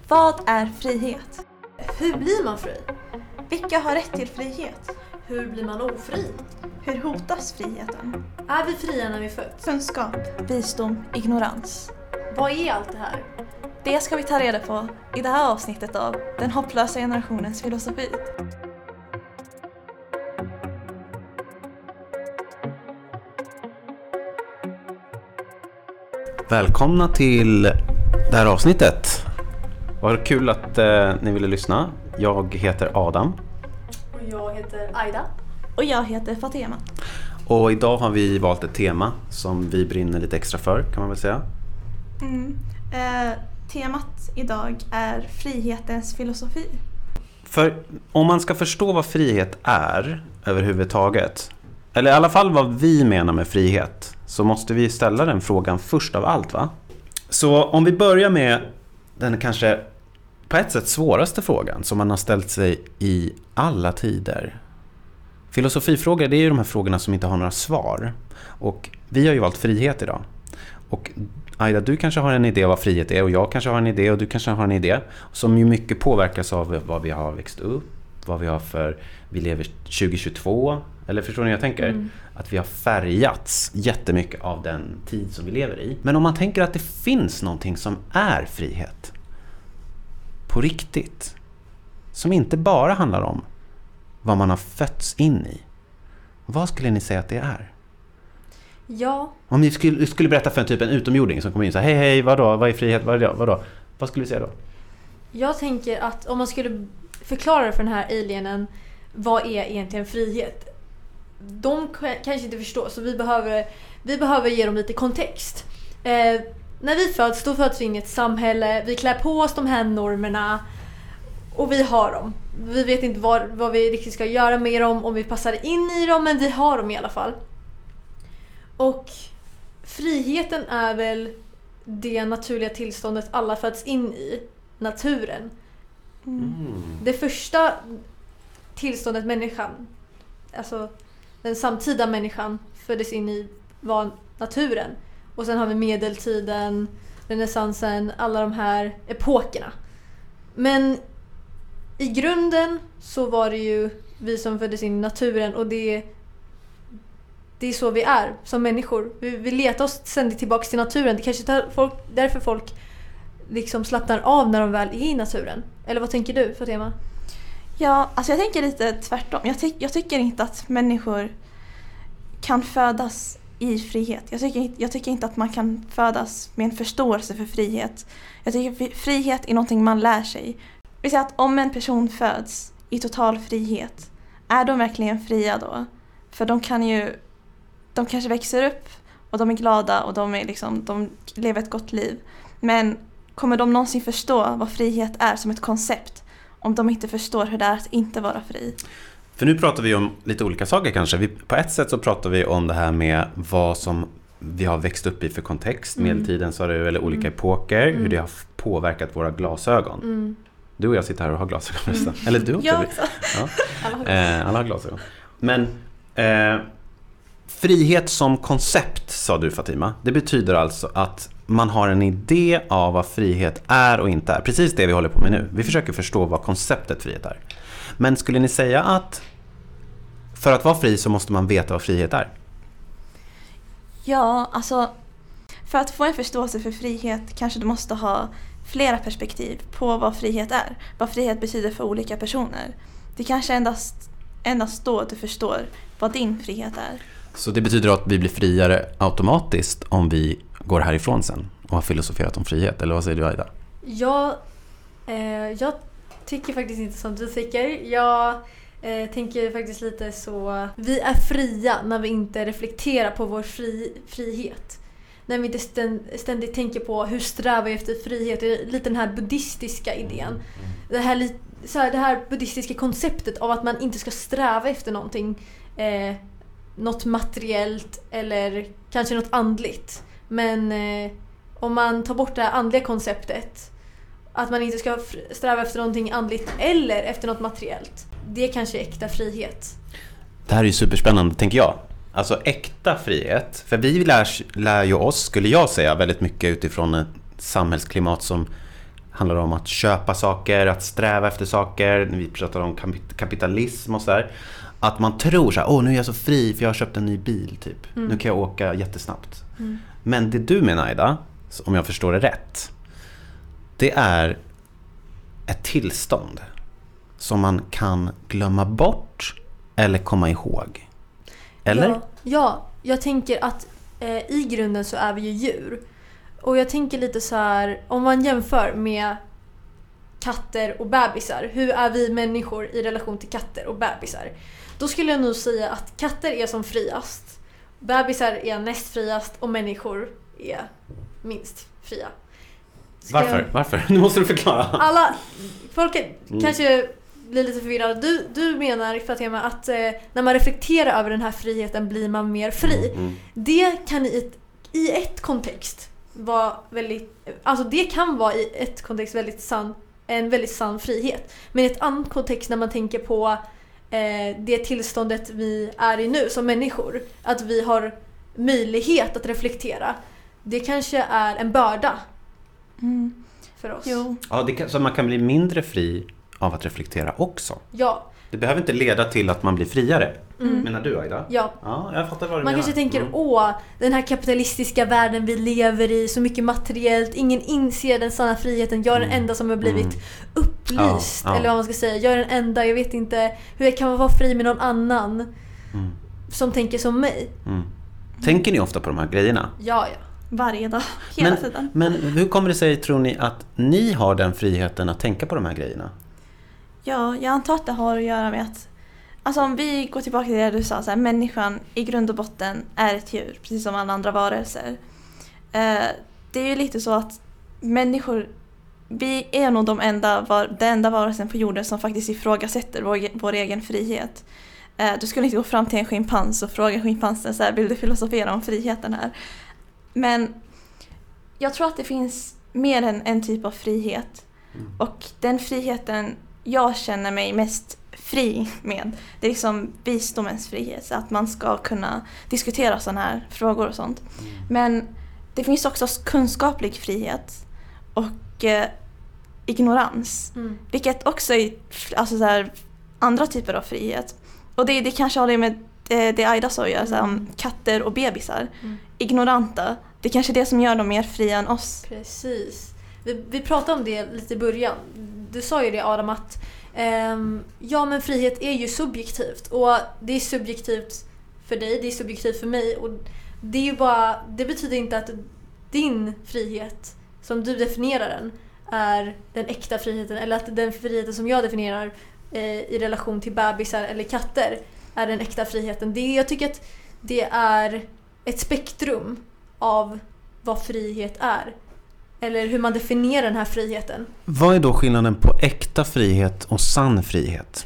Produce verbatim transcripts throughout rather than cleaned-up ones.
Vad är frihet? Hur blir man fri? Vilka har rätt till frihet? Hur blir man ofri? Hur hotas friheten? Är vi fria när vi föds? Kunskap, visdom, ignorans. Vad är allt det här? Det ska vi ta reda på i det här avsnittet av Den hopplösa generationens filosofi. Välkomna till det här avsnittet. Vad kul att eh, ni ville lyssna. Jag heter Adam. Och jag heter Aida. Och jag heter Fatima. Och idag har vi valt ett tema som vi brinner lite extra för, kan man väl säga. Mm. Eh, temat idag är frihetens filosofi. För om man ska förstå vad frihet är överhuvudtaget, eller i alla fall vad vi menar med frihet, så måste vi ställa den frågan först av allt, va? Så om vi börjar med den kanske på ett sätt svåraste frågan som man har ställt sig i alla tider. Filosofifrågor, det är ju de här frågorna som inte har några svar. Och vi har ju valt frihet idag. Och Aida, du kanske har en idé vad frihet är, och jag kanske har en idé och du kanske har en idé som ju mycket påverkas av vad vi har växt upp, vad vi har för, vi lever tjugo tjugotvå, eller förstår ni vad jag tänker? Mm. Att vi har färgats jättemycket av den tid som vi lever i. Men om man tänker att det finns någonting som är frihet på riktigt, som inte bara handlar om vad man har fötts in i, vad skulle ni säga att det är? Ja. Om ni skulle, skulle berätta för en typ en utomjording som kommer in så här, hej hej, vadå, vad är frihet, vad är det, vadå? Vad skulle vi säga då? Jag tänker att om man skulle förklara för den här alienen, vad är egentligen frihet? De kanske inte förstår, så vi behöver, vi behöver ge dem lite kontext. Eh, när vi föds, då föds vi in i ett samhälle, vi klär på oss de här normerna och vi har dem. Vi vet inte vad, vad vi riktigt ska göra med dem, om vi passar in i dem, men vi har dem i alla fall. Och friheten är väl det naturliga tillståndet alla föds in i, naturen. Mm. Det första tillståndet människan, alltså den samtida människan, föddes in i var naturen. Och sen har vi medeltiden, renässansen, alla de här epokerna. Men i grunden så var det ju vi som föddes in i naturen, och det, det är så vi är som människor. Vi, vi letar oss ständigt tillbaka till naturen. Det kanske är folk, därför folk liksom slappnar av när de väl är i naturen. Eller vad tänker du, Fatima? Ja, alltså jag tänker lite tvärtom. Jag, ty- jag tycker inte att människor kan födas i frihet. Jag tycker, jag tycker inte att man kan födas med en förståelse för frihet. Jag tycker frihet är någonting man lär sig. Vi säger att om en person föds i total frihet, är de verkligen fria då? För de kan ju, de kanske växer upp och de är glada och de, är liksom, de lever ett gott liv. Men kommer de någonsin förstå vad frihet är som ett koncept om de inte förstår hur det är att inte vara fri? För nu pratar vi om lite olika saker kanske. Vi, på ett sätt så pratar vi om det här med vad som vi har växt upp i för kontext. Mm. Medeltiden så är det eller olika mm. epoker. Mm. Hur det har påverkat våra glasögon. Mm. Du och jag sitter här och har glasögon nästan. Mm. Eller du också. Jag också. Ja. alla, har eh, alla har glasögon. Men eh, frihet som koncept, sa du, Fatima. Det betyder alltså att man har en idé av vad frihet är och inte är. Precis det vi håller på med nu. Vi försöker förstå vad konceptet frihet är. Men skulle ni säga att för att vara fri så måste man veta vad frihet är? Ja, alltså för att få en förståelse för frihet kanske du måste ha flera perspektiv på vad frihet är. Vad frihet betyder för olika personer. Det kanske endast, endast då du förstår vad din frihet är. Så det betyder att vi blir friare automatiskt om vi går härifrån sen och har filosoferat om frihet? Eller vad säger du, Aida? Ja, eh, jag tycker faktiskt inte som du tycker. Jag eh, tänker faktiskt lite så. Vi är fria när vi inte reflekterar på vår fri, frihet. När vi inte ständ, ständigt tänker på hur strävar vi efter frihet. Det är lite den här buddhistiska idén. Det här, så här, det här buddhistiska konceptet av att man inte ska sträva efter någonting. Eh, något materiellt eller kanske något andligt. Men eh, om man tar bort det här andliga konceptet, att man inte ska sträva efter någonting andligt eller efter något materiellt, det kanske är äkta frihet. Det här är ju superspännande, tänker jag. Alltså äkta frihet. För vi lär, lär ju oss, skulle jag säga, väldigt mycket utifrån ett samhällsklimat som handlar om att köpa saker, att sträva efter saker. När vi pratar om kapitalism och så där. Att man tror så här, åh nu är jag så fri för jag har köpt en ny bil typ. Mm. Nu kan jag åka jättesnabbt. Mm. Men det du menar, Aida, om jag förstår det rätt, det är ett tillstånd som man kan glömma bort eller komma ihåg. Eller? Ja, ja jag tänker att eh, i grunden så är vi ju djur. Och jag tänker lite så här, om man jämför med katter och bebisar, hur är vi människor i relation till katter och bebisar? Då skulle jag nog säga att katter är som friast, bebisar är näst friast och människor är minst fria. Ska Varför? Jag... Varför? Nu måste du förklara. Alla, folk mm. kanske blir lite förvirrade. Du, du menar, Fatima, att eh, när man reflekterar över den här friheten blir man mer fri. Mm. Det kan i ett, i ett kontext vara väldigt, alltså det kan vara i ett kontext väldigt sann, en väldigt sann frihet. Men i ett annat kontext när man tänker på eh, det tillståndet vi är i nu som människor, att vi har möjlighet att reflektera, det kanske är en börda mm. för oss. Jo. Ja, det kan, så man kan bli mindre fri av att reflektera också. Ja. Det behöver inte leda till att man blir friare. Mm. Menar du, Aida? Ja. Ja, jag fattar vad du man menar. kanske tänker, mm. åh, den här kapitalistiska världen vi lever i, så mycket materiellt, ingen inser den sanna friheten, jag är mm. den enda som har blivit mm. upplyst, ja, ja. eller vad man ska säga, jag är den enda, jag vet inte hur jag kan vara fri med någon annan mm. som tänker som mig. Mm. Tänker ni ofta på de här grejerna? Ja, ja. Varje dag, hela men, tiden. Men hur kommer det sig, tror ni, att ni har den friheten att tänka på de här grejerna? Ja, jag antar att det har att göra med att, alltså om vi går tillbaka till det du sa, så här, människan i grund och botten är ett djur, precis som alla andra varelser. Eh, det är ju lite så att människor, vi är nog de enda, var, den enda varelsen på jorden som faktiskt ifrågasätter vår, vår egen frihet. Eh, du skulle inte gå fram till en schimpans och fråga schimpansen så här, vill du filosofera om friheten här? Men jag tror att det finns mer än en typ av frihet. Mm. Och den friheten jag känner mig mest fri med, det är liksom visdomens frihet. Så att man ska kunna diskutera sådana här frågor och sånt. Mm. Men det finns också kunskaplig frihet och eh, ignorans. Mm. Vilket också är alltså så här, andra typer av frihet. Och det, det kanske har det med det, det Aida sa, mm. alltså, om katter och bebisar. Mm. Ignoranta. Det är kanske det som gör dem mer fria än oss. Precis. Vi, vi pratade om det lite i början. Du sa ju det, Adam, att um, ja, men frihet är ju subjektivt. Och det är subjektivt för dig, det är subjektivt för mig. Och det är ju bara, det betyder inte att din frihet, som du definierar den, är den äkta friheten. Eller att den friheten som jag definierar eh, i relation till bebisar eller katter är den äkta friheten. Det, jag tycker att det är ett spektrum av vad frihet är. Eller hur man definierar den här friheten. Vad är då skillnaden på äkta frihet och sann frihet?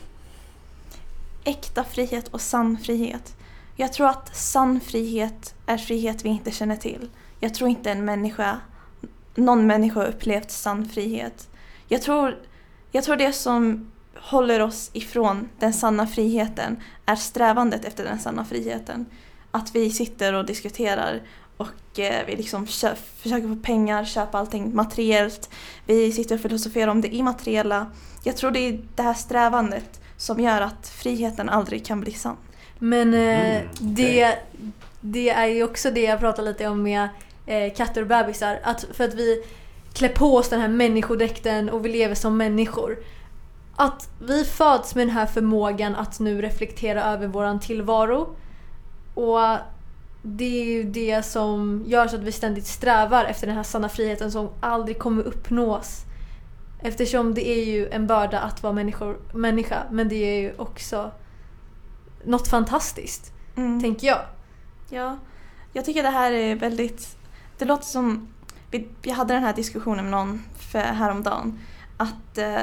Äkta frihet och sann frihet. Jag tror att sann frihet är frihet vi inte känner till. Jag tror inte en människa, någon människa har upplevt sann frihet. Jag tror, jag tror det som håller oss ifrån den sanna friheten är strävandet efter den sanna friheten. Att vi sitter och diskuterar och eh, vi liksom köp, försöker få pengar, köpa allting materiellt. Vi sitter och filosoferar om det immateriella. Jag tror det är det här strävandet som gör att friheten aldrig kan bli sann. Men eh, mm, det, det är ju också det jag pratar lite om med eh, katter och bebisar. Att för att vi klär på oss den här människodräkten och vi lever som människor. Att vi föds med den här förmågan att nu reflektera över våran tillvaro. Och det är ju det som gör så att vi ständigt strävar efter den här sanna friheten som aldrig kommer uppnås. Eftersom det är ju en börda att vara människor, människa. Men det är ju också något fantastiskt, mm. tänker jag. Ja, jag tycker det här är väldigt... Det låter som... Vi, vi hade den här diskussionen med någon för häromdagen. Att eh,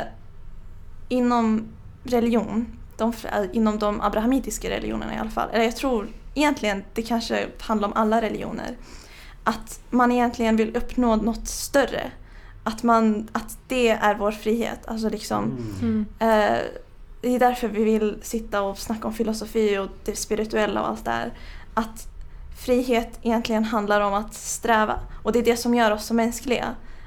inom religion, de, inom de abrahamitiska religionerna i alla fall, eller jag tror egentligen det kanske handlar om alla religioner, att man egentligen vill uppnå något större. Att, man, att det är vår frihet. Alltså liksom, mm. eh, det är därför vi vill sitta och snacka om filosofi och det spirituella och allt det här. Att frihet egentligen handlar om att sträva. Och det är det som gör oss så mänskliga.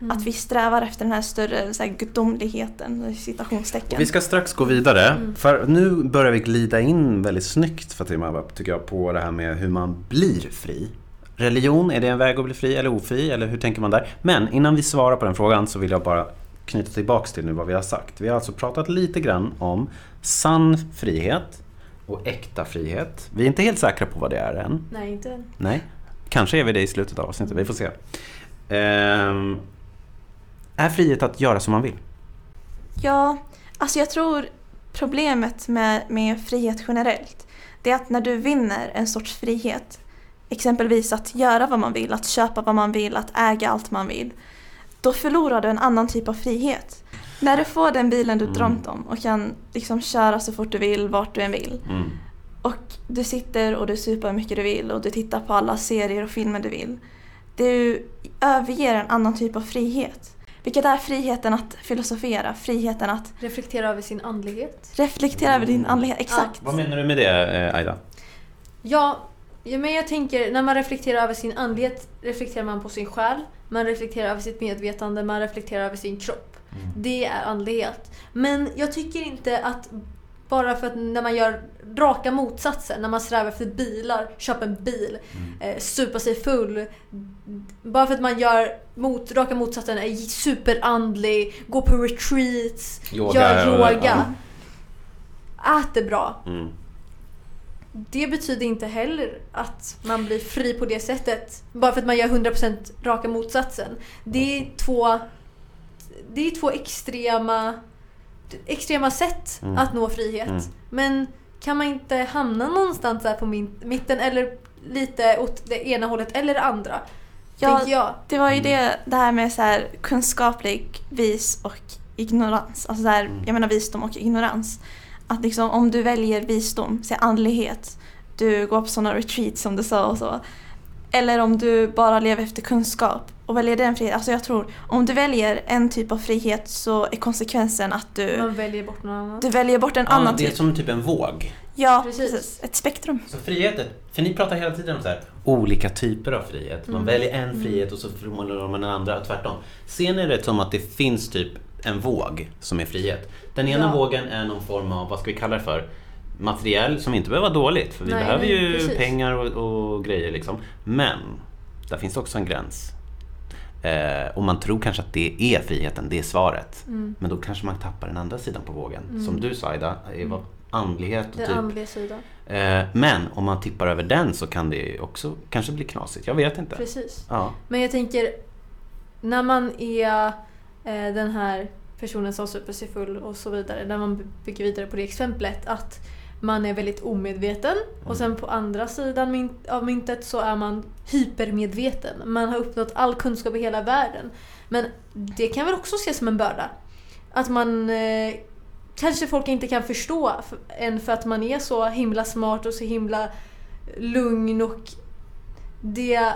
Mm. Att vi strävar efter den här större så här, gudomligheten, citationstecken. Vi ska strax gå vidare, Mm. för nu börjar vi glida in väldigt snyggt, Fatima, tycker jag, på det här med hur man blir fri. Religion, är det en väg att bli fri eller ofri, eller hur tänker man där? Men innan vi svarar på den frågan så vill jag bara knyta tillbaks till nu vad vi har sagt. Vi har alltså pratat lite grann om sann frihet och äkta frihet. Vi är inte helt säkra på vad det är än. Nej, inte än. Nej, kanske är vi det i slutet av avsnittet, vi får se. Ehm, är frihet att göra som man vill? Ja, alltså jag tror problemet med, med frihet generellt, det är att när du vinner en sorts frihet, exempelvis att göra vad man vill, att köpa vad man vill, att äga allt man vill, då förlorar du en annan typ av frihet. När du får den bilen du Mm. drömt om och kan liksom köra så fort du vill, vart du än vill. Mm. Och du sitter och du supar hur mycket du vill och du tittar på alla serier och filmer du vill. Du överger en annan typ av frihet. Vilket är friheten att filosofera, friheten att Reflektera över sin andlighet. reflektera över din andlighet. Exakt. Vad menar du med det, Aida? Ja, ja, men jag tänker, när man reflekterar över sin andlighet reflekterar man på sin själ, man reflekterar över sitt medvetande, man reflekterar över sin kropp. Mm. Det är andlighet. Men jag tycker inte att bara för att när man gör raka motsatser, när man strävar efter bilar, köper en bil, Mm. eh, supar sig full, bara för att man gör mot, raka motsatsen, är superandlig, går på retreats, Yoga, gör yoga, ja. äter bra. Mm. Det betyder inte heller att man blir fri på det sättet. Bara för att man gör hundra procent raka motsatsen. Det är två, det är två extrema, extrema sätt Mm. att nå frihet. Mm. Men kan man inte hamna någonstans där på min, mitten eller lite åt det ena hållet eller det andra? Ja, tänker jag. det var ju Mm. det, det här med så här kunskaplig vis och ignorans. Alltså så här, Mm. jag menar visdom och ignorans. Att liksom om du väljer visdom, så andlighet, du går på sådana retreats som du sa och så. Eller om du bara lever efter kunskap och väljer den frihet. Alltså jag tror, om du väljer en typ av frihet så är konsekvensen att du, Man väljer bort någon annan. du väljer bort en Ja, annan det är typ. som typ en våg. Ja, Precis. precis. Ett spektrum. Så friheten, för ni pratar hela tiden om så här, olika typer av frihet. Man Mm. väljer en frihet och så förmodar man den andra och tvärtom. Ser ni det som att det finns typ en våg som är frihet? Den ena Ja. vågen är någon form av, vad ska vi kalla det för? Materiell, som inte behöver vara dåligt. För vi Nej, behöver nej, ju precis. pengar och, och grejer liksom. Men där finns också en gräns. Eh, och man tror kanske att det är friheten, det är svaret. Mm. Men då kanske man tappar den andra sidan på vågen. Mm. Som du sa, Aida, är vad andlighet och Den typ. andliga sidan. Eh, men om man tippar över den så kan det också kanske bli knasigt. Jag vet inte. Precis. Ja. Men jag tänker, när man är eh, den här personen som super sig full och så vidare, när man bygger vidare på det exemplet, att man är väldigt omedveten och sen på andra sidan mynt, av myntet så är man hypermedveten. Man har uppnått all kunskap i hela världen. Men det kan väl också ses som en börda. Att man eh, kanske folk inte kan förstå för, än för att man är så himla smart och så himla lugn och det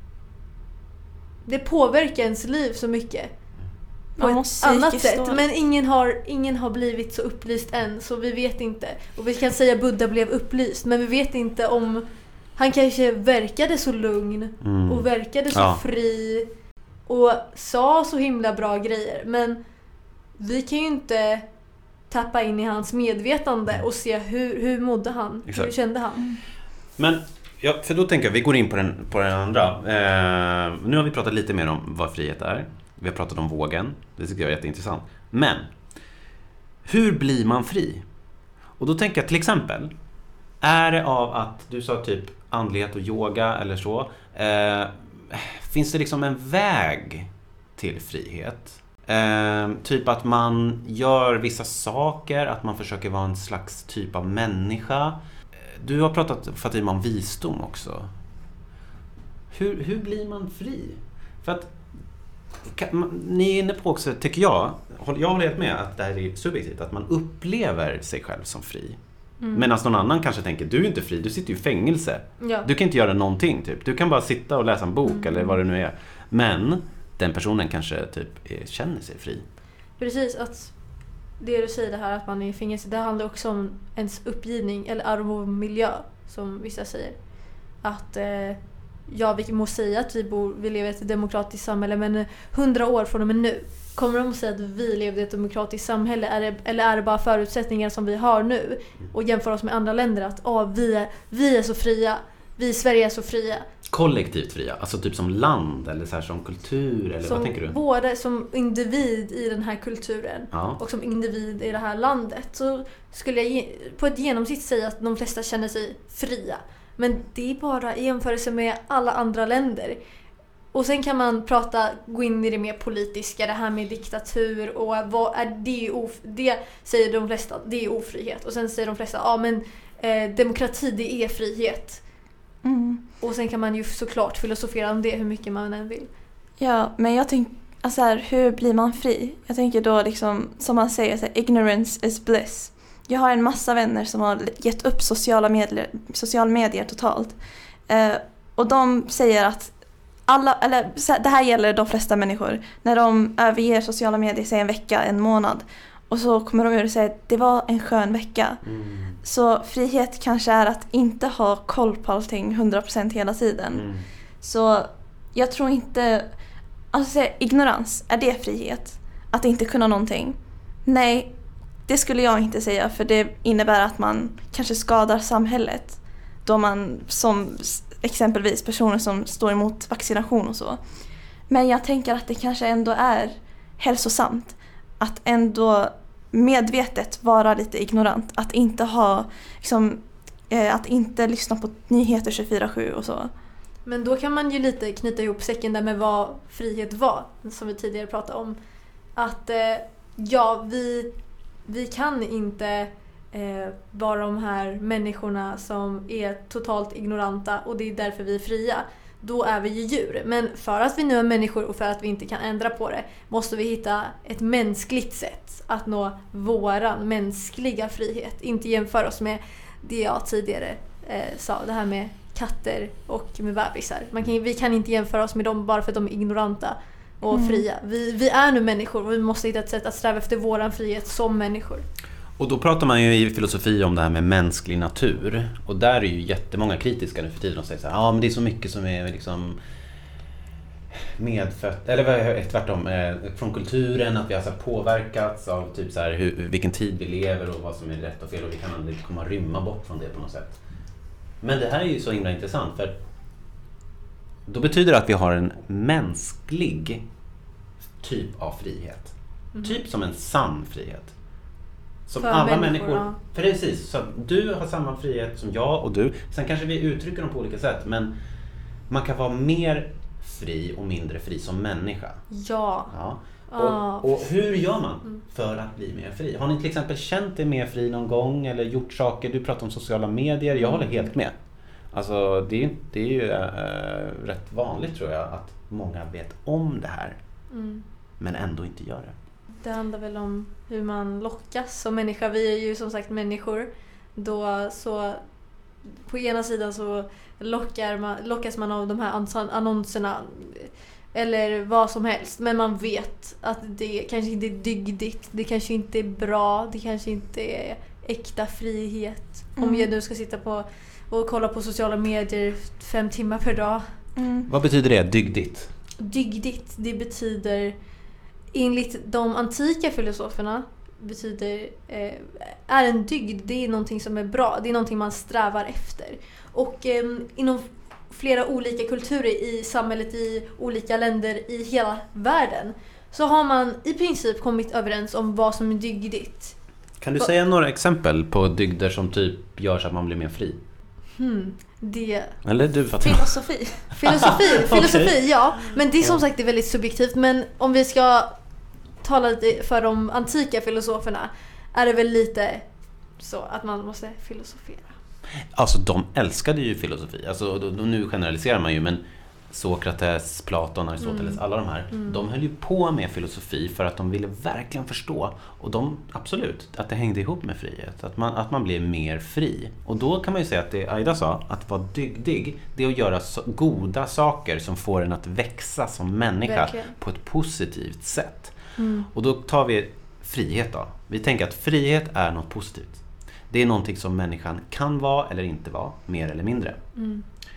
det påverkar ens liv så mycket på Man ett måste annat psykiskt sätt. stå- Men ingen har, ingen har blivit så upplyst än, så vi vet inte. Och vi kan säga att Buddha blev upplyst, men vi vet inte om han kanske verkade så lugn Mm. och verkade så Ja. fri och sa så himla bra grejer. Men vi kan ju inte tappa in i hans medvetande och se hur, hur mådde han, Exakt. hur kände han. Men, ja, för då tänker jag, vi går in på den, på den andra. Eh, nu har vi pratat lite mer om vad frihet är. Vi har pratat om vågen. Det tycker jag är jätteintressant. Men, hur blir man fri? Och då tänker jag till exempel, är det av att du sa typ andlighet och yoga eller så? Eh, finns det liksom en väg till frihet? Eh, typ att man gör vissa saker, att man försöker vara en slags typ av människa. Du har pratat, Fatima, om visdom också. Hur, hur blir man fri? För att kan, ni är inne på också, tycker jag, jag håller helt med att det här är subjektivt, att man upplever sig själv som fri. Mm. Medan någon annan kanske tänker, du är inte fri, du sitter ju i fängelse. Ja. Du kan inte göra någonting typ. Du kan bara sitta och läsa en bok Mm. eller vad det nu är. Men den personen kanske typ är, känner sig fri. Precis, att det du säger det här att man är i fängelse, det handlar också om ens uppgivning eller arv och miljö, som vissa säger. Att eh, ja, vi må säga att vi, bor, vi lever i ett demokratiskt samhälle, men hundra år från och med nu, kommer de att säga att vi lever i ett demokratiskt samhälle, är det, eller är det bara förutsättningar som vi har nu och jämför oss med andra länder att oh, vi, är, vi är så fria, vi i Sverige är så fria. Kollektivt fria, alltså typ som land eller så här som kultur eller som vad tänker du? Både som individ i den här kulturen ja. och som individ i det här landet, så skulle jag på ett genomsnitt säga att de flesta känner sig fria. Men det är bara i jämförelse med alla andra länder. Och sen kan man prata, gå in i det mer politiska, det här med diktatur och vad är det, of- det säger de flesta, det är ofrihet. Och sen säger de flesta, ja men eh, demokrati det är frihet. Mm. Och sen kan man ju såklart filosofera om det hur mycket man än vill. Ja, men jag tänker, alltså här, hur blir man fri? Jag tänker då liksom, som man säger, så här, ignorance is bliss. Jag har en massa vänner som har gett upp sociala medier, sociala medier totalt. Eh, och de säger att alla, eller så här, det här gäller de flesta människor. När de överger sociala medier, säg en vecka, en månad. Och så kommer de ut och säger att det var en skön vecka. Mm. Så frihet kanske är att inte ha koll på allting hundra procent hela tiden. Mm. Så jag tror inte... Alltså ignorans, är det frihet? Att inte kunna någonting? Nej, det skulle jag inte säga. För det innebär att man kanske skadar samhället. Då man, som exempelvis personer som står emot vaccination och så. Men jag tänker att det kanske ändå är hälsosamt. Att ändå medvetet vara lite ignorant. Att inte ha, liksom, eh, att inte lyssna på nyheter tjugofyra sju och så. Men då kan man ju lite knyta ihop säcken där med vad frihet var, som vi tidigare pratade om. Att eh, ja, vi, vi kan inte eh, vara de här människorna som är totalt ignoranta och det är därför vi är fria. Då är vi ju djur. Men för att vi nu är människor och för att vi inte kan ändra på det måste vi hitta ett mänskligt sätt att nå våran mänskliga frihet. Inte jämföra oss med det jag tidigare eh, sa, det här med katter och med bebisar. Man kan, vi kan inte jämföra oss med dem bara för att de är ignoranta och Mm. fria. Vi, vi är nu människor och vi måste hitta ett sätt att sträva efter våran frihet som människor. Och då pratar man ju i filosofi om det här med mänsklig natur. Och där är ju jättemånga kritiska nu för tiden och säger så här, ja men det är så mycket som är liksom medfött, eller tvärtom, eh, från kulturen, att vi har så här påverkats av typ så här, hur, vilken tid vi lever och vad som är rätt och fel och vi kan aldrig komma rymma bort från det på något sätt. Men det här är ju så himla intressant för då betyder det att vi har en mänsklig typ av frihet. Mm. Typ som en sann frihet. Som för alla människor. människor. Precis, så du har samma frihet som jag och du. Sen kanske vi uttrycker dem på olika sätt, men man kan vara mer fri och mindre fri som människa. Ja. Ja. Ah. Och, och hur gör man för att bli mer fri? Har ni till exempel känt er mer fri någon gång eller gjort saker? Du pratar om sociala medier, jag håller helt med. Alltså det, det är ju äh, rätt vanligt tror jag att många vet om det här Mm. men ändå inte gör det. Det handlar väl om hur man lockas som människa. Vi är ju som sagt människor. Då så på ena sidan så lockar man, lockas man av de här annonserna eller vad som helst. Men man vet att det kanske inte är dygdigt. Det kanske inte är bra. Det kanske inte är äkta frihet. Mm. Om jag nu ska sitta på och kolla på sociala medier fem timmar per dag. Mm. Vad betyder det, dygdigt? Dygdigt, det betyder enligt de antika filosoferna betyder eh, är en dygd, det är någonting som är bra, det är någonting man strävar efter. Och eh, inom flera olika kulturer i samhället, i olika länder i hela världen så har man i princip kommit överens om vad som är dygdigt. Kan du säga några exempel på dygder som typ gör så att man blir mer fri? Hmm, det Eller du fattar. Filosofi. Filosofi, filosofi Okay. ja. Men det är som sagt det är väldigt subjektivt. Men om vi ska tala lite för de antika filosoferna är det väl lite så att man måste filosofera. Alltså de älskade ju filosofi. Alltså då, då, nu generaliserar man ju, men Sokrates, Platon, Aristoteles, Mm. alla de här, Mm. de höll ju på med filosofi för att de ville verkligen förstå. Och de, absolut, att det hängde ihop med frihet. Att man, att man blev mer fri. Och då kan man ju säga att det Aida sa, att vara dygdig, det är att göra så, goda saker som får en att växa som människa Verkligen. på ett positivt sätt. Mm. Och då tar vi frihet då. Vi tänker att frihet är något positivt. Det är någonting som människan kan vara eller inte vara, mer eller mindre. Mm.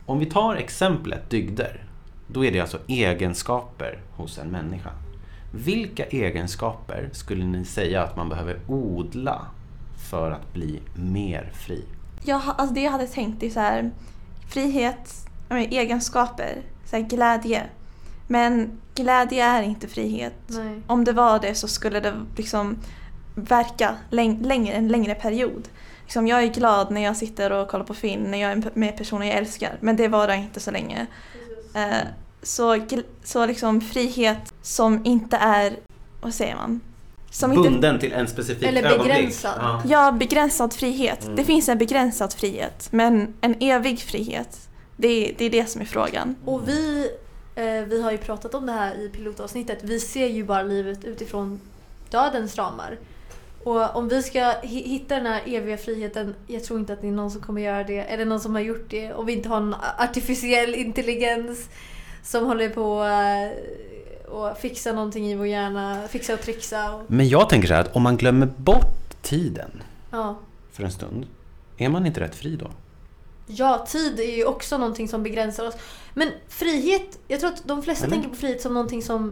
Om vi tar exemplet dygder, då är det alltså egenskaper hos en människa. Vilka egenskaper skulle ni säga att man behöver odla för att bli mer fri? Jag, alltså det jag hade tänkt är så här, frihet, jag menar, egenskaper, så här, glädje. Men glädje är inte frihet. Nej. Om det var det så skulle det liksom verka läng- längre, en längre period. Liksom jag är glad när jag sitter och kollar på film, när jag är med personer jag älskar. Men det var inte så länge. Eh, så så liksom frihet som inte är, vad säger man? Som Bunden inte, till en specifik eller ögonblick. begränsad. Ja. ja, begränsad frihet. Mm. Det finns en begränsad frihet. Men en evig frihet, det, det är det som är frågan. Och vi, eh, vi har ju pratat om det här i pilotavsnittet. Vi ser ju bara livet utifrån dödens ramar. Och om vi ska hi- hitta den här eviga friheten, jag tror inte att det är någon som kommer göra det. Eller någon som har gjort det. Och vi inte har en artificiell intelligens som håller på eh, och fixa någonting i vår hjärna. Fixa och trixa. Och, Men jag tänker så här att om man glömmer bort tiden ja. för en stund, är man inte rätt fri då? Ja, tid är ju också någonting som begränsar oss. Men frihet, jag tror att de flesta Eller? tänker på frihet som någonting som...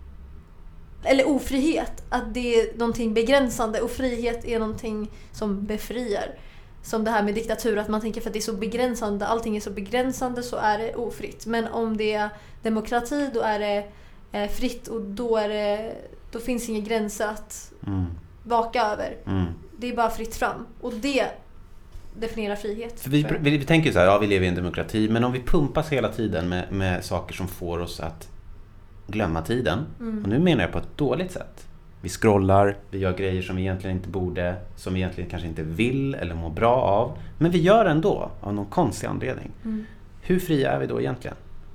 Eller ofrihet, att det är någonting begränsande. Och frihet är någonting som befriar. Som det här med diktatur, att man tänker för att det är så begränsande. Allting är så begränsande, så är det ofritt. Men om det är demokrati, då är det eh, fritt. Och då, är det, då finns inga gränser att Mm. vaka över. Mm. Det är bara fritt fram. Och det definierar frihet. För vi, tror jag. vi, vi tänker så här, ja vi lever i en demokrati, men om vi pumpas hela tiden med, med saker som får oss att glömma tiden, Mm. och nu menar jag på ett dåligt sätt. Vi scrollar, vi gör grejer som vi egentligen inte borde, som vi egentligen kanske inte vill eller mår bra av, men vi gör ändå av någon konstig anledning. Mm. Hur fria är vi då egentligen?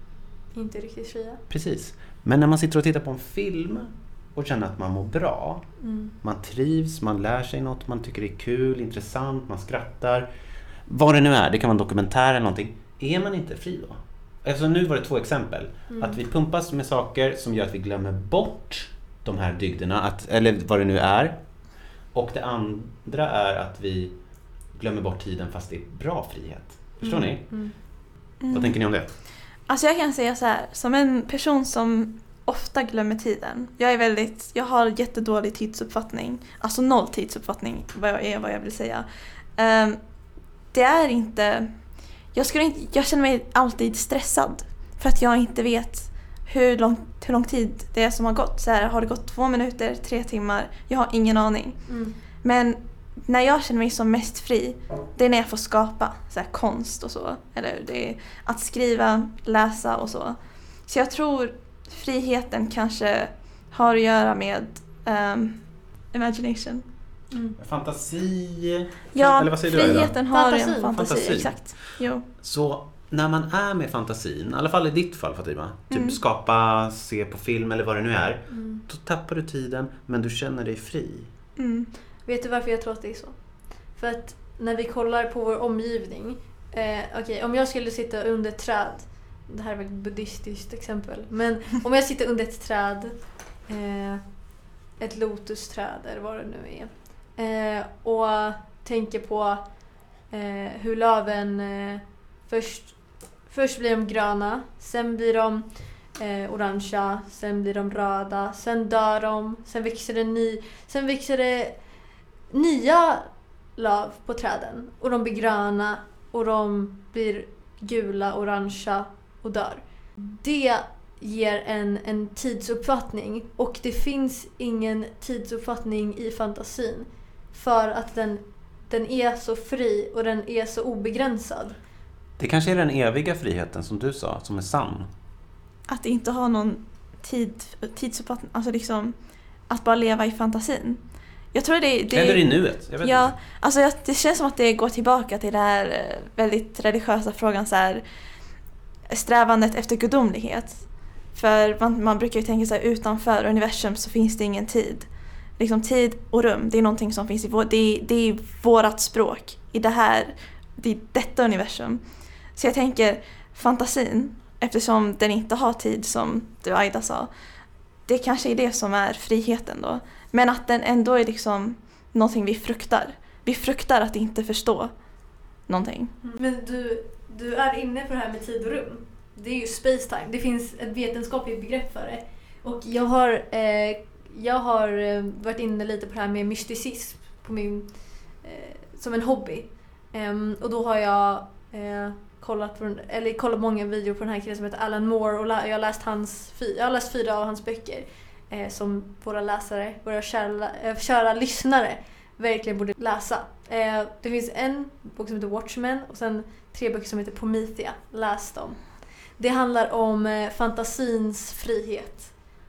Inte riktigt fria. Precis. Men när man sitter och tittar på en film och känner att man mår bra, Mm. man trivs, man lär sig något, man tycker det är kul, intressant, man skrattar. Vad det nu är, det kan vara en dokumentär eller någonting. Är man inte fri då? Alltså nu var det två exempel. Mm. Att vi pumpas med saker som gör att vi glömmer bort de här dygderna, att, eller vad det nu är. Och det andra är att vi glömmer bort tiden fast det är bra frihet. Förstår Mm. ni? Mm. Mm. Vad tänker ni om det? Alltså jag kan säga så här, som en person som ofta glömmer tiden. Jag är väldigt, jag har jättedålig tidsuppfattning. Alltså noll tidsuppfattning, vad jag är, vad jag vill säga. Um, det är inte, jag skulle inte, jag känner mig alltid stressad för att jag inte vet hur lång, hur lång tid det är som har gått. Så här, har det gått två minuter, tre timmar? Jag har ingen aning. Mm. Men när jag känner mig som mest fri, det är när jag får skapa så här, konst och så. Eller det är att skriva, läsa och så. Så jag tror friheten kanske har att göra med um, imagination. Mm. Fantasi. Ja, eller vad säger du, friheten har Fantasi. en fantasi, Fantasi. exakt. Jo. Så när man är med fantasin, i alla fall i ditt fall Fatima, typ Mm. skapa, se på film eller vad det nu är, Mm. då tappar du tiden men du känner dig fri. Mm. Vet du varför jag tror att det är så? För att när vi kollar på vår omgivning, eh, okej, om jag skulle sitta under ett träd, det här är väl ett buddhistiskt exempel, men om jag sitter under ett träd, eh, ett lotusträd eller vad det nu är, eh, och tänker på eh, hur löven eh, först, först blir de gröna, sen blir de eh, orangea, sen blir de röda, sen dör de, sen växer det ny, sen växer det nya löv på träden och de blir gröna och de blir gula, orangea och dör. Det ger en, en tidsuppfattning och det finns ingen tidsuppfattning i fantasin för att den, den är så fri och den är så obegränsad. Det kanske är den eviga friheten som du sa, som är sann. Att inte ha någon tid, tidsuppfattning, alltså liksom att bara leva i fantasin. Jag tror det, det Eller i nuet, jag vet ja, inte. alltså jag, det känns som att det går tillbaka till det här eh, väldigt religiösa frågan så här, strävandet efter gudomlighet. För man, man brukar ju tänka så här, utanför universum så finns det ingen tid. Liksom tid och rum, det är någonting som finns i vår, det, det är vårat språk i det här, i detta universum. Så jag tänker fantasin, eftersom den inte har tid som du Aida sa, det kanske är det som är friheten då. Men att den ändå är liksom någonting vi fruktar. Vi fruktar att inte förstå. någonting. Mm. Men du, du är inne på det här med tid och rum. Det är ju space-time. Det finns ett vetenskapligt begrepp för det. Och jag har, eh, jag har eh, varit inne lite på det här med mysticism på min, eh, som en hobby. Um, och då har jag eh, kollat, på, eller kollat många videor på den här killen som heter Alan Moore. Och la, jag, har läst hans, jag har läst fyra av hans böcker eh, som våra läsare, våra kära, eh, kära lyssnare verkligen borde läsa. Eh, det finns en bok som heter Watchmen och sen tre böcker som heter Promethea. Läs dem. Det handlar om eh, fantasins frihet.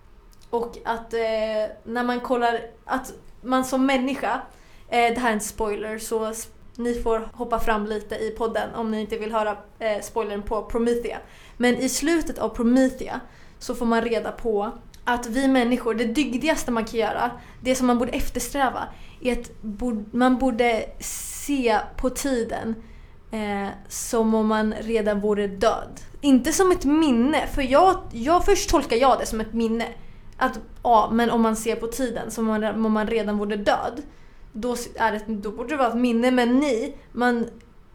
Och att eh, när man kollar att man som människa, eh, det här är en spoiler så sp- ni får hoppa fram lite i podden om ni inte vill höra eh, spoilern på Promethea. Men i slutet av Promethea så får man reda på att vi människor, det dygdigaste man kan göra, det som man borde eftersträva, är att man borde se på tiden eh, som om man redan vore död. Inte som ett minne, för jag, jag först tolkar jag det som ett minne. Att, ja, men om man ser på tiden som om man, om man redan vore död, då, är det, då borde det vara ett minne. Men ni, man,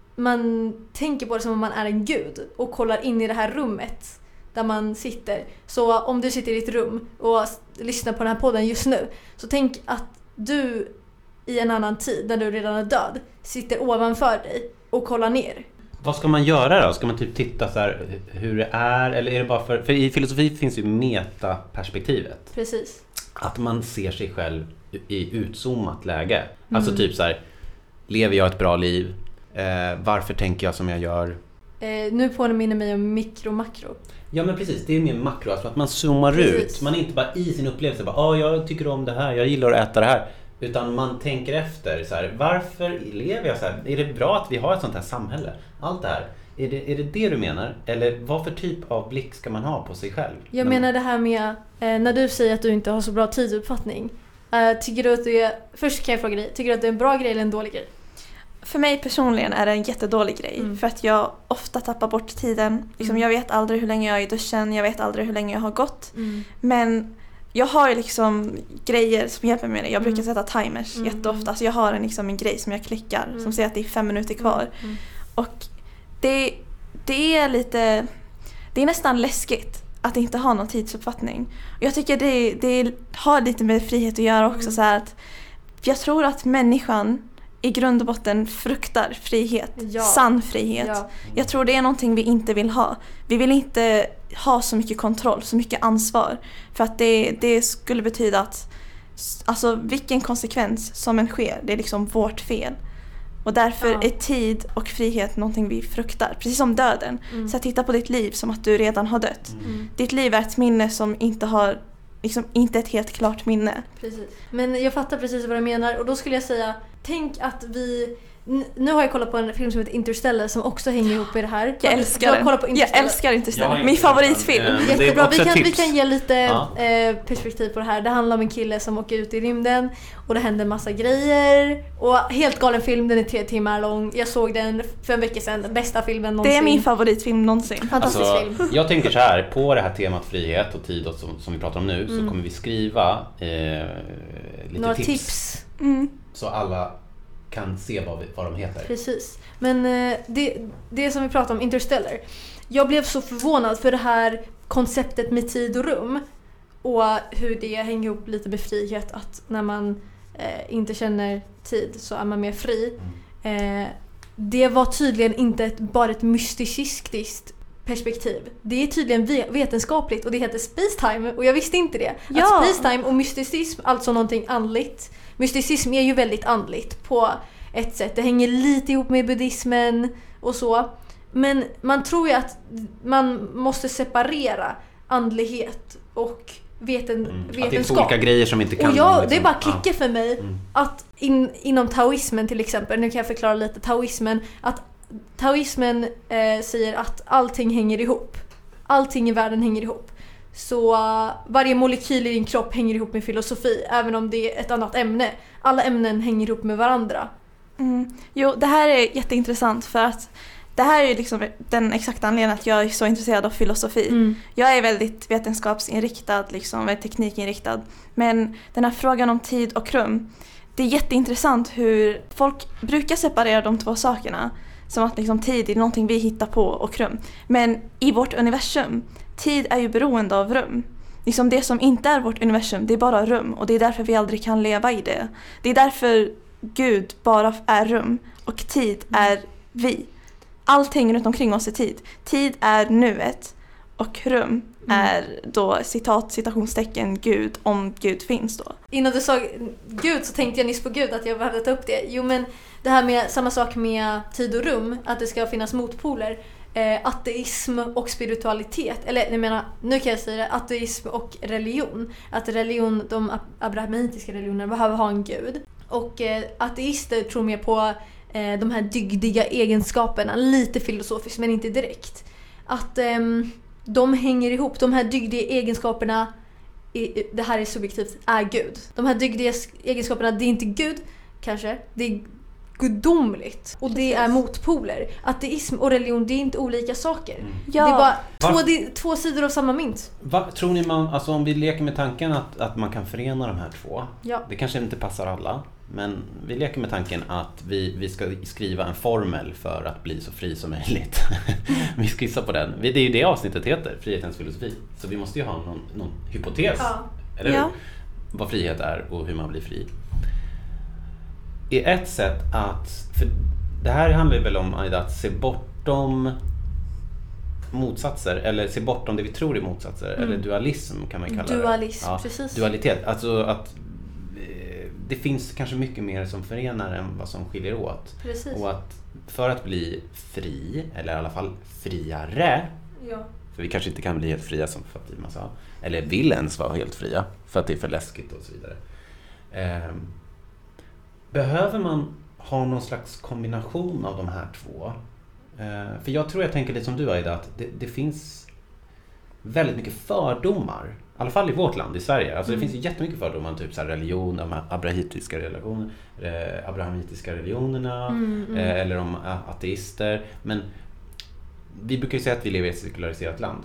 man tänker på det som om man är en gud och kollar in i det här rummet där man sitter. Så om du sitter i ditt rum och lyssnar på den här podden just nu, så tänk att du i en annan tid, när du redan är död, sitter ovanför dig och kollar ner. Vad ska man göra då? Ska man typ titta så här hur det är? Eller är det bara för... För i filosofi finns ju metaperspektivet. Precis. Att man ser sig själv i utzoomat läge. Mm. Alltså typ så här, lever jag ett bra liv? Eh, varför tänker jag som jag gör? Eh, nu påminner mig om mikro och makro. Ja men precis, det är mer makro. Alltså att man zoomar precis. ut. Man är inte bara i sin upplevelse. Bara, ah, jag tycker om det här, jag gillar att äta det här. Utan man tänker efter, så här, varför lever jag så här? Är det bra att vi har ett sånt här samhälle? Allt det här. Är det, är det det du menar? Eller vad för typ av blick ska man ha på sig själv? Jag men... menar det här med, eh, när du säger att du inte har så bra tidsuppfattning. Eh, tycker du att du är, först kan jag fråga dig, tycker du att det är en bra grej eller en dålig grej? För mig personligen är det en jättedålig grej. Mm. För att jag ofta tappar bort tiden. Liksom, mm. Jag vet aldrig hur länge jag är i duschen. Jag vet aldrig hur länge jag har gått. Mm. Men... jag har ju liksom grejer som hjälper mig med det. Jag brukar sätta timers mm. jätteofta. Så jag har en, liksom en grej som jag klickar mm. som säger att det är fem minuter kvar. Mm. Mm. Och det, det är lite... det är nästan läskigt att inte ha någon tidsuppfattning. Och jag tycker det, det har lite med frihet att göra också. Mm. Så här att jag tror att människan i grund och botten fruktar frihet. Ja. Sann frihet. Ja. Jag tror det är någonting vi inte vill ha. Vi vill inte ha så mycket kontroll, så mycket ansvar. För att det, det skulle betyda att alltså vilken konsekvens som än sker, det är liksom vårt fel. Och därför ja. är tid och frihet någonting vi fruktar. Precis som döden. Mm. Så titta på ditt liv som att du redan har dött. Mm. Ditt liv är ett minne som inte har liksom inte ett helt klart minne. Precis. Men jag fattar precis vad du menar. Och då skulle jag säga, tänk att vi... Nu har jag kollat på en film som heter Interstellar som också hänger ihop med det här. Jag älskar den. På jag älskar Interstellar. Ja, min favoritfilm. Den. Jättebra. Vi kan, vi kan ge lite ja. eh, perspektiv på det här. Det handlar om en kille som åker ut i rymden och det händer en massa grejer. Och helt galen film, den är tre timmar lång. Jag såg den för en vecka sedan. Bästa filmen någonsin. Det är min favoritfilm någonsin. Fantastisk alltså, film. Jag tänker så här, på det här temat frihet och tid och som, som vi pratar om nu mm. så kommer vi skriva eh, lite några tips. tips. Mm. Så alla kan se vad, vi, vad de heter. Precis. Men eh, det, det som vi pratar om, Interstellar. Jag blev så förvånad för det här konceptet med tid och rum. Och hur det hänger ihop lite med frihet. Att när man eh, inte känner tid så är man mer fri. Mm. Eh, det var tydligen inte ett, bara ett mysticistiskt perspektiv. Det är tydligen vetenskapligt och det heter space-time. Och jag visste inte det. Ja. Att space-time och mysticism, alltså någonting andligt. Mysticism är ju väldigt andligt på ett sätt. Det hänger lite ihop med buddhismen och så. Men man tror ju att man måste separera andlighet och veten, mm. vetenskap. Att det är två olika grejer som inte kan... Och jag, liksom, det är bara klickar för mig mm. att in, inom taoismen till exempel, nu kan jag förklara lite taoismen, att taoismen eh, säger att allting hänger ihop. Allting i världen hänger ihop. Så uh, varje molekyl i din kropp hänger ihop med filosofi, även om det är ett annat ämne. Alla ämnen hänger ihop med varandra. Mm. Jo, det här är jätteintressant för att det här är liksom den exakta anledningen att jag är så intresserad av filosofi. Mm. Jag är väldigt vetenskapsinriktad, liksom, väldigt teknikinriktad. Men den här frågan om tid och rum, det är jätteintressant hur folk brukar separera de två sakerna. som att liksom tid är någonting vi hittar på och rum. Men i vårt universum, tid är ju beroende av rum. Liksom det som inte är vårt universum, det är bara rum. Och det är därför vi aldrig kan leva i det. Det är därför Gud bara är rum och tid är vi. Allting runt omkring oss är tid. Tid är nuet och rum mm. är då citat, citationstecken Gud, om Gud finns då. Innan du sa Gud så tänkte jag nyss på Gud att jag behövde ta upp det. Jo, men det här med samma sak med tid och rum, att det ska finnas motpoler. Eh, ateism och spiritualitet, eller jag menar, nu kan jag säga det, ateism och religion. Att religion, de abrahamitiska religionerna behöver ha en gud. Och eh, ateister tror mer på eh, de här dygdiga egenskaperna, lite filosofiskt men inte direkt. Att eh, de hänger ihop, de här dygdiga egenskaperna, i, det här är subjektivt, är Gud. De här dygdiga egenskaperna, det är inte Gud kanske, det är gudomligt. Och det är motpoler. Ateism och religion, det är inte olika saker. Mm. Ja. Det är bara två, det, två sidor av samma mynt. Va, tror ni man, alltså om vi leker med tanken att, att man kan förena de här två. Ja. Det kanske inte passar alla. Men vi leker med tanken att vi, vi ska skriva en formel för att bli så fri som möjligt. Vi skissar på den. Det är ju det avsnittet heter, frihetens filosofi. Så vi måste ju ha någon, någon hypotes. Ja. Eller hur? Ja. Vad frihet är och hur man blir fri. Är ett sätt att, för det här handlar väl om att se bortom motsatser, eller se bortom det vi tror är motsatser, mm. eller dualism kan man kalla dualism, det. Dualism, ja, precis. Dualitet, alltså att det finns kanske mycket mer som förenar än vad som skiljer åt. Precis. Och att för att bli fri, eller i alla fall friare, ja. för vi kanske inte kan bli helt fria som Fatima sa, eller vill ens vara helt fria, för att det är för läskigt och så vidare. Eh, behöver man ha någon slags kombination av de här två? Eh, för jag tror jag tänker lite som du, Aida, att det, det finns väldigt mycket fördomar. I alla fall i vårt land, i Sverige. Alltså mm. det finns ju jättemycket fördomar, typ så här religion, de abrahamitiska relationer, eh, abrahamitiska religionerna, mm, mm. Eh, eller om ateister. Men vi brukar ju säga att vi lever i ett sekulariserat land.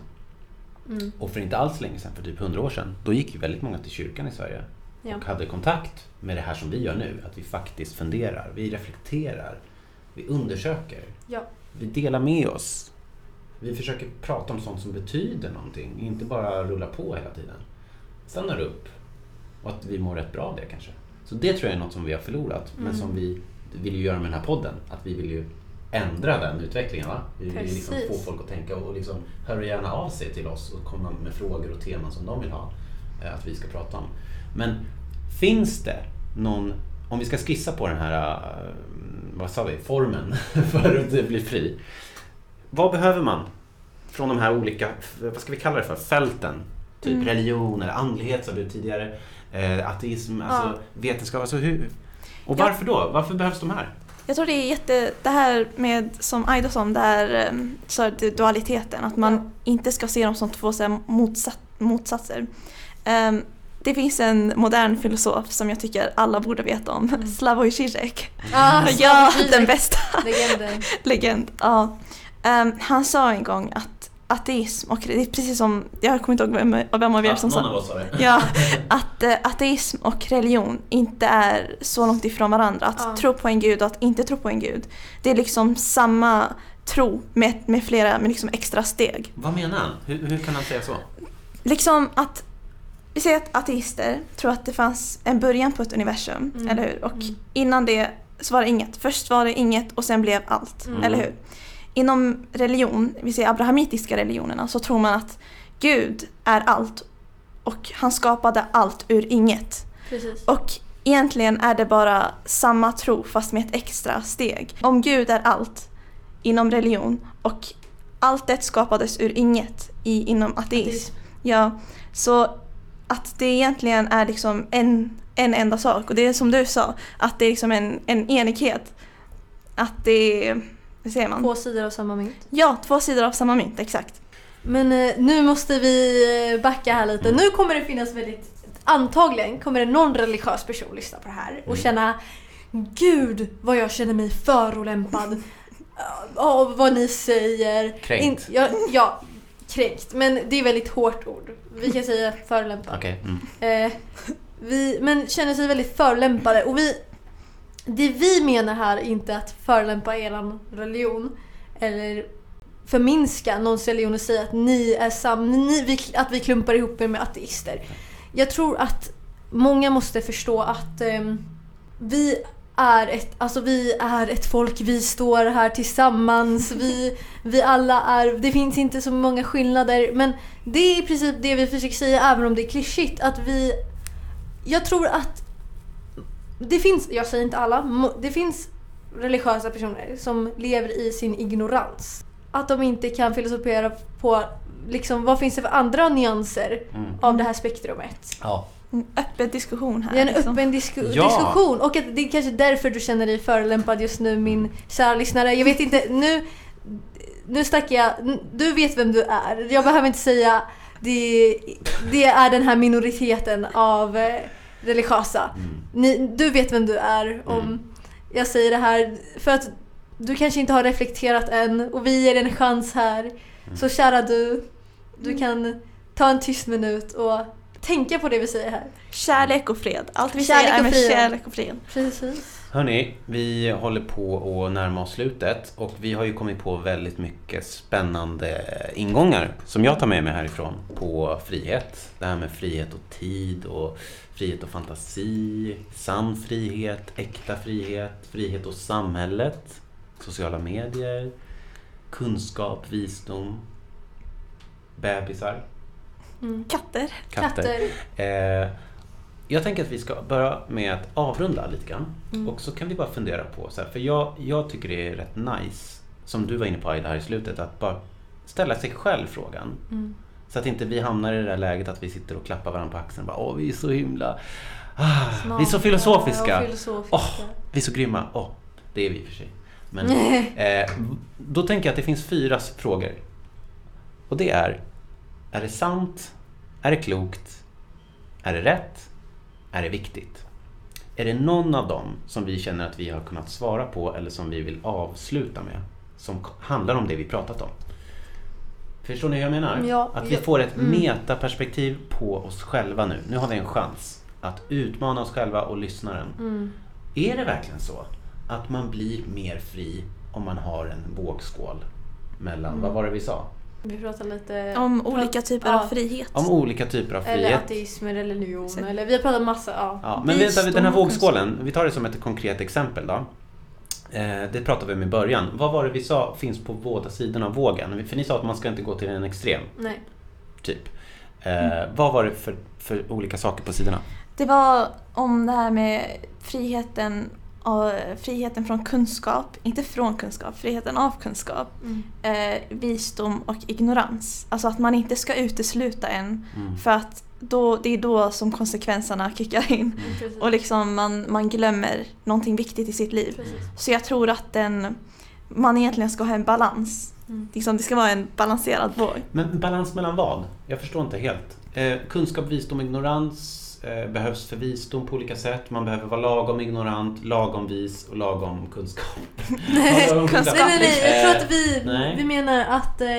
Mm. Och för inte alls länge sedan, för typ hundra år sedan, då gick ju väldigt många till kyrkan i Sverige. Ja. Och hade kontakt med det här som vi gör nu. Att vi faktiskt funderar, vi reflekterar, vi undersöker. Ja. Vi delar med oss. Vi försöker prata om sånt som betyder någonting. Inte bara rulla på hela tiden. Stannar upp. Och att vi mår rätt bra av det kanske. Så det tror jag är något som vi har förlorat. Mm. Men som vi vill ju göra med den här podden. Att vi vill ju ändra den utvecklingen. Va? Vi vill liksom få folk att tänka och liksom höra gärna av sig till oss. Och komma med frågor och teman som de vill ha. Att vi ska prata om. Men finns det någon... Om vi ska skissa på den här... Vad sa vi? Formen för att bli fri. Vad behöver man från de här olika, vad ska vi kalla det för, fälten? Typ mm. religion eller andlighet, som du tidigare, eh, ateism, alltså ja. vetenskap. Alltså hur, och varför då? Varför behövs de här? Jag tror det är jätte, det här med, som Aida sa, det här, så det, dualiteten. Att man ja. inte ska se dem som två så här, motsats, motsatser. Um, Det finns en modern filosof som jag tycker alla borde veta om. Mm. Slavoj Žižek. Ah, ja, den bästa. Legenden. Legend, ja. Um, han sa en gång att ateism och det är precis som, jag kommer inte ihåg vem, vem av er som sa det. Ja, att uh, ateism och religion inte är så långt ifrån varandra. Att ah. tro på en gud och att inte tro på en gud. Det är liksom samma tro med, med flera med liksom extra steg. Vad menar han? Hur, hur kan han säga så? Liksom att vi säger att ateister tror att det fanns en början på ett universum, mm. eller hur? Och mm. innan det så var det inget. Först var det inget och sen blev allt, mm. eller hur? Inom religion, vi säger abrahamitiska religionerna, så tror man att Gud är allt och han skapade allt ur inget. Precis. Och egentligen är det bara samma tro fast med ett extra steg. Om Gud är allt inom religion och allt det skapades ur inget i, inom ateism. ateism. Ja, så att det egentligen är liksom en, en enda sak. Och det är som du sa, att det är liksom en, en enighet. Att det är, vad säger man? Två sidor av samma mynt. Ja, två sidor av samma mynt, exakt. Men eh, nu måste vi backa här lite. Nu kommer det finnas väldigt, antagligen kommer det någon religiös person lyssna på det här och känna, gud vad jag känner mig förolämpad av vad ni säger. Kränkt. In, ja, ja, kränkt. Men det är väldigt hårt ord. Vi kan säga förolämpad. Okay. Mm. Eh, vi, men känner sig väldigt förolämpade. Och vi, det vi menar här är inte att förolämpa eran religion eller förminska någons religion och säga att ni är sam, ni, vi, att vi klumpar ihop er med ateister. Jag tror att många måste förstå att um, vi är ett, alltså vi är ett folk, vi står här tillsammans, vi, vi alla är, det finns inte så många skillnader, men det är i princip det vi försöker säga, även om det är klyschigt, att vi, jag tror att det finns, jag säger inte alla, det finns religiösa personer som lever i sin ignorans. Att de inte kan filosofera på liksom, vad finns det för andra nyanser mm. av det här spektrumet. Ja. En öppen diskussion här. Det är en liksom. öppen disku- ja. diskussion. Och att det är kanske därför du känner dig förolämpad just nu, min kära lyssnare. Jag vet inte, nu, nu snackar jag, du vet vem du är. Jag behöver inte säga, det, det är den här minoriteten av eh, religiösa. Mm. Ni, du vet vem du är om mm. jag säger det här. För att du kanske inte har reflekterat än och vi ger en chans här. Mm. Så kära du, du kan ta en tyst minut och tänka på det vi säger här. Kärlek och fred. Allt vi kärlek säger är med fred. kärlek och fred. Precis. Hörrni, vi håller på att närma oss slutet och vi har ju kommit på väldigt mycket spännande ingångar som jag tar med mig härifrån på frihet. Det här med frihet och tid och frihet och fantasi, sann frihet, äkta frihet, frihet och samhället, sociala medier, kunskap, visdom, bebisar. Mm. Katter. Katter. Katter. Eh, jag tänker att vi ska börja med att avrunda lite grann. Mm. Och så kan vi bara fundera på, så här, för jag, jag tycker det är rätt nice, som du var inne på Aida här i slutet, att bara ställa sig själv frågan. Mm. Så att inte vi hamnar i det där läget att vi sitter och klappar varandra på axeln och bara, åh vi är så himla, ah, vi är så filosofiska. filosofiska. Oh, vi är så grymma. Oh, det är vi i och för sig. Men eh, då tänker jag att det finns fyra frågor. Och det är, är det sant? Är det klokt? Är det rätt? Är det viktigt? Är det någon av dem som vi känner att vi har kunnat svara på eller som vi vill avsluta med, som handlar om det vi pratat om? Förstår ni hur jag menar? Ja, att vi ja. får ett mm. metaperspektiv på oss själva nu. Nu har vi en chans att utmana oss själva och lyssnaren. Mm. Är det verkligen så att man blir mer fri om man har en vågskål mellan, mm. vad var det vi sa? Vi pratar lite om olika typer ja. av frihet. Om olika typer av frihet. Eller ateism eller religion. Så. Eller vi har pratat massa. Ja. Ja, men vänta, den här vågskålen, vi tar det som ett konkret exempel då. Eh, det pratade vi om i början. Vad var det vi sa finns på båda sidorna av vågen? För ni sa att man ska inte gå till en extrem. Nej. Typ. Eh, mm. Vad var det för, för olika saker på sidorna? Det var om det här med friheten och friheten från kunskap, inte från kunskap, friheten av kunskap, mm. eh, visdom och ignorans. Alltså att man inte ska utesluta en mm. för att då, det är då som konsekvenserna kickar in mm. och liksom man, man glömmer någonting viktigt i sitt liv. Precis. Så jag tror att den, man egentligen ska ha en balans. Mm. Liksom, det ska vara en balanserad våg. Men balans mellan vad? Jag förstår inte helt. Eh, kunskap, visdom, ignorans behövs för visdom på olika sätt. Man behöver vara lagom ignorant, lagom vis och lagom kunskap. nej, lagom kunskap. nej, nej, nej. Jag tror att vi, nej. vi menar att eh,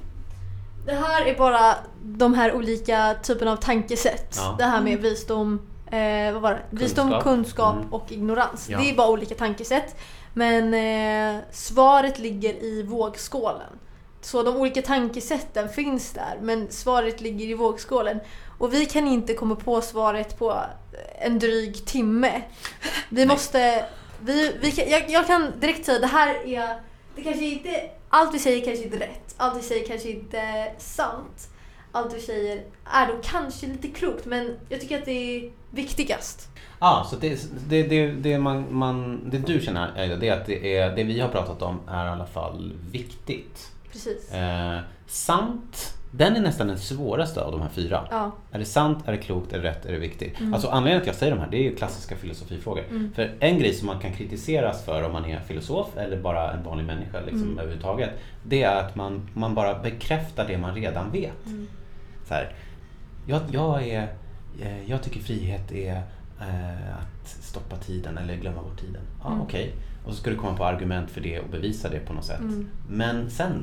det här är bara de här olika typerna av tankesätt. Ja. Det här med visdom, eh, vad var det? Kunskap. Visdom, kunskap mm. och ignorans. Ja. Det är bara olika tankesätt. Men eh, svaret ligger i vågskålen. Så de olika tankesätten finns där, men svaret ligger i vågskålen. Och vi kan inte komma på svaret på en dryg timme. Vi måste... Vi, vi kan, jag, jag kan direkt säga, det här är... Det kanske inte, allt vi säger kanske inte rätt. Allt vi säger kanske inte sant. Allt vi säger är då kanske lite klokt, men jag tycker att det är viktigast. Ja, ah, så det, det, det, det, man, man, det du känner, det är att det, är, det vi har pratat om är i alla fall viktigt. Precis. Eh, sant, den är nästan den svåraste av de här fyra. Ja. Är det sant, är det klokt, är det rätt, är det viktigt? Mm. Alltså anledningen till att jag säger de här, det är ju klassiska filosofifrågor. Mm. För en grej som man kan kritiseras för om man är filosof eller bara en vanlig människa liksom, mm. överhuvudtaget, det är att man, man bara bekräftar det man redan vet. Mm. Så här, jag, jag, är, jag tycker frihet är eh, att stoppa tiden eller glömma bort tiden. Ja, mm. okej. Okay. Och så ska du komma på argument för det och bevisa det på något sätt. Mm. Men sen då?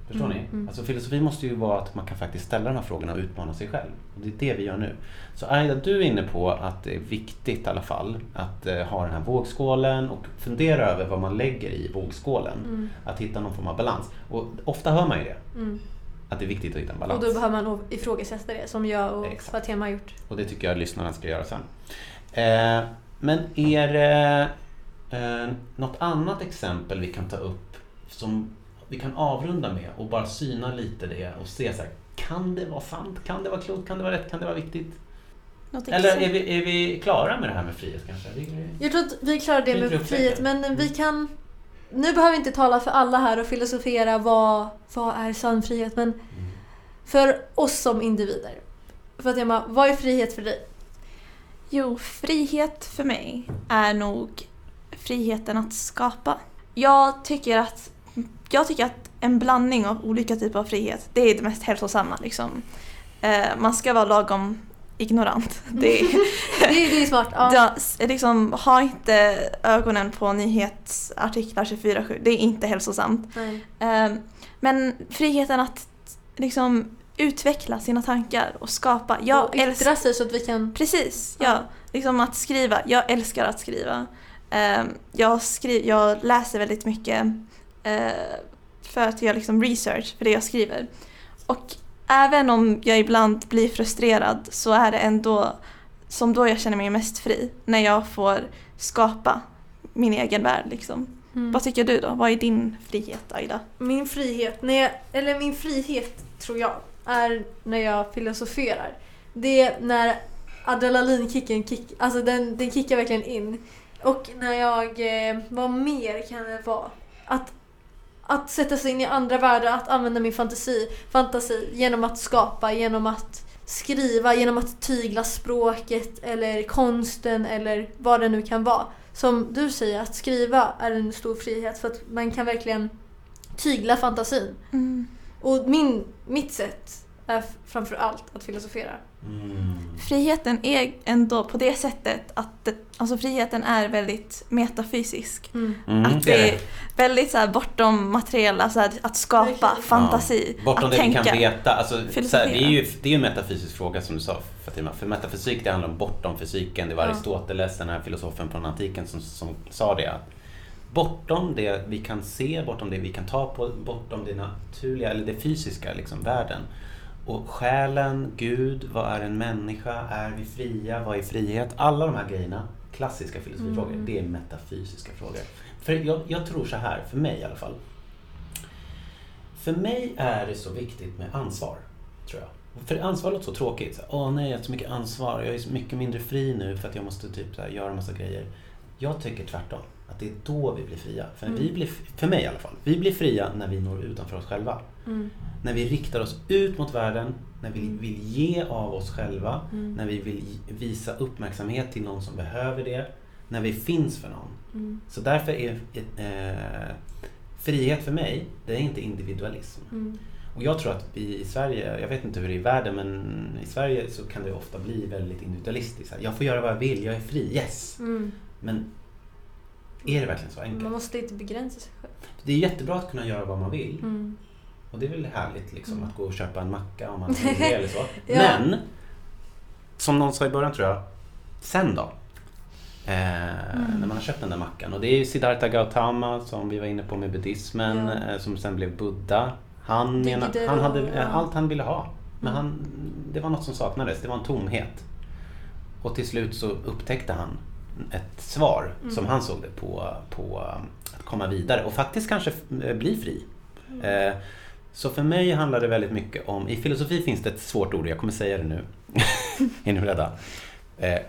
Förstår Mm, ni? mm. Alltså filosofi måste ju vara att man kan faktiskt ställa de här frågorna och utmana sig själv. Och det är det vi gör nu. Så Aida, du är inne på att det är viktigt i alla fall att eh, ha den här vågskålen och fundera över vad man lägger i vågskålen. Mm. Att hitta någon form av balans. Och ofta hör man ju det. Mm. Att det är viktigt att hitta en balans. Och då behöver man ifrågasätta det som jag och Exakt. Fatema har gjort. Och det tycker jag lyssnarna ska göra sen. Eh, men är det eh, något annat exempel vi kan ta upp som vi kan avrunda med och bara syna lite det och se så här, kan det vara sant? Kan det vara klokt? Kan det vara rätt? Kan det vara viktigt? Något Eller är exempel. vi, är vi klara med det här med frihet kanske? Vi, Jag tror att vi klarar det Bryter med upp frihet, det. men vi kan... Nu behöver vi inte tala för alla här och filosofera vad, vad är sann frihet, men mm. för oss som individer. Fatema, vad är frihet för dig? Jo, frihet för mig är nog friheten att skapa. Jag tycker att, jag tycker att en blandning av olika typer av frihet, det är det mest hälsosamma. Liksom. Eh, man ska vara lagom ignorant. Det är, Det är, det är smart. Ja. det, liksom, ha inte ögonen på nyhetsartiklar tjugofyra sju. Det är inte hälsosamt. Nej. Eh, men friheten att liksom, utveckla sina tankar och skapa. Jag Och yttra sig så att vi kan... Precis, Ja. ja. Liksom att skriva. Jag älskar att skriva. Eh, jag, skri- jag läser väldigt mycket eh, för att göra liksom research för det jag skriver. Och även om jag ibland blir frustrerad så är det ändå som då jag känner mig mest fri. När jag får skapa min egen värld. Liksom. Mm. Vad tycker du då? Vad är din frihet, Aida? Min frihet, när jag, eller min frihet tror jag, är när jag filosoferar. Det är när adrenalinkicken kick, alltså den, den kickar verkligen in. Och när jag, eh, vad mer kan det vara? Att, att sätta sig in i andra världar, att använda min fantasi, fantasi genom att skapa, genom att skriva, genom att tygla språket eller konsten eller vad det nu kan vara. Som du säger, att skriva är en stor frihet för att man kan verkligen tygla fantasin. Mm. Och min, mitt sätt är framför allt att filosofera. Mm. Friheten är ändå på det sättet att det, alltså friheten är väldigt metafysisk. Mm. Mm, Att det är väldigt så här, bortom materiella, så här, att skapa Verkligen. fantasi, Ja, bortom att det tänka. vi kan veta. Alltså, så här, Filosofera. det är ju det är ju en metafysisk fråga som du sa, Fatima. För metafysik, det handlar om bortom fysiken. Det var Ja. Aristoteles, den här filosofen från antiken, som, som sa det. Att bortom det vi kan se, bortom det vi kan ta på, bortom det naturliga eller det fysiska liksom, världen. Och själen, Gud, vad är en människa? Är vi fria? Vad är frihet? Alla de här grejerna, klassiska filosofifrågor, Mm. det är metafysiska frågor. För jag, jag tror så här, för mig i alla fall. För mig är det så viktigt med ansvar, tror jag. För ansvar låter så tråkigt. Så, Åh nej, jag har så mycket ansvar. Jag är så mycket mindre fri nu för att jag måste typ så här, göra massa grejer. Jag tycker tvärtom. Att det är då vi blir fria. För, Mm. vi blir, för mig i alla fall. Vi blir fria när vi når utanför oss själva. Mm. När vi riktar oss ut mot världen. När vi Mm. vill ge av oss själva. Mm. När vi vill visa uppmärksamhet till någon som behöver det. När vi finns för någon. Mm. Så därför är eh, frihet för mig, det är inte individualism. Mm. Och jag tror att vi i Sverige, jag vet inte hur det är i världen, men i Sverige så kan det ofta bli väldigt individualistiskt. Jag får göra vad jag vill, jag är fri, yes. Mm. Men är det verkligen så enkelt? Man måste inte begränsa sig själv. Det är jättebra att kunna göra vad man vill. Mm. Och det är väl härligt liksom, Mm. att gå och köpa en macka om man vill det eller så. Ja. Men, som någon sa i början tror jag, sen då? Eh, Mm. När man har köpt den där mackan. Och det är ju Siddhartha Gautama som vi var inne på med buddhismen, Ja. eh, som sen blev Buddha. Han, Digidel menar, han hade och- eh, allt han ville ha. Men Mm. han, det var något som saknades, det var en tomhet. Och till slut så upptäckte han ett svar Mm. som han såg det på, på att komma vidare och faktiskt kanske eh, bli fri. Mm. Eh, så för mig handlar det väldigt mycket om, i filosofi finns det ett svårt ord, jag kommer säga det nu. Är ni rädda? Eh,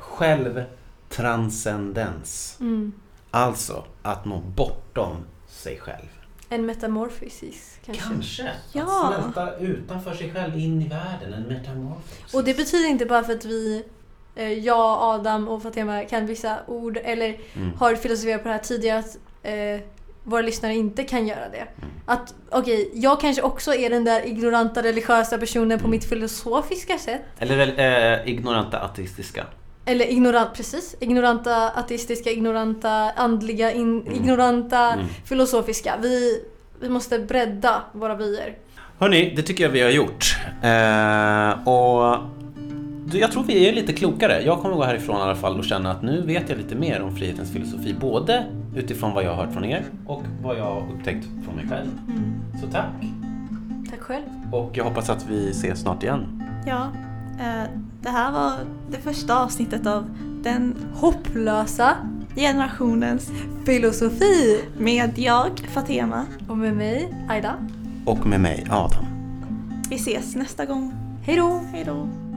självtranscendens. Mm. Alltså att nå bortom sig själv. En metamorfosis kanske. Kanske. Ja. Att smälta utanför sig själv in i världen, en metamorfosis. Och det betyder inte bara för att vi, eh, jag, Adam och Fatema kan vissa ord eller Mm. har filosoferat på det här tidigare att eh, våra lyssnare inte kan göra det. Mm. Att okej, jag kanske också är den där ignoranta religiösa personen på Mm. mitt filosofiska sätt. Eller eh, ignoranta ateistiska. Eller ignorant, precis. Ignoranta, ateistiska, ignoranta, andliga, in, Mm. ignoranta, Mm. filosofiska. Vi, vi måste bredda våra vyer. Hörrni, det tycker jag vi har gjort. Eh, och jag tror vi är lite klokare. Jag kommer gå härifrån i alla fall och känna att nu vet jag lite mer om frihetens filosofi. Både utifrån vad jag har hört från er och vad jag har upptäckt från mig själv. Mm. Så tack. Tack själv. Och jag hoppas att vi ses snart igen. Ja, eh, det här var det första avsnittet av den Hopplösa generationens filosofi. med jag, Fatema. Och med mig, Aida. Och med mig, Adam. Vi ses nästa gång. Hej då! Hej då!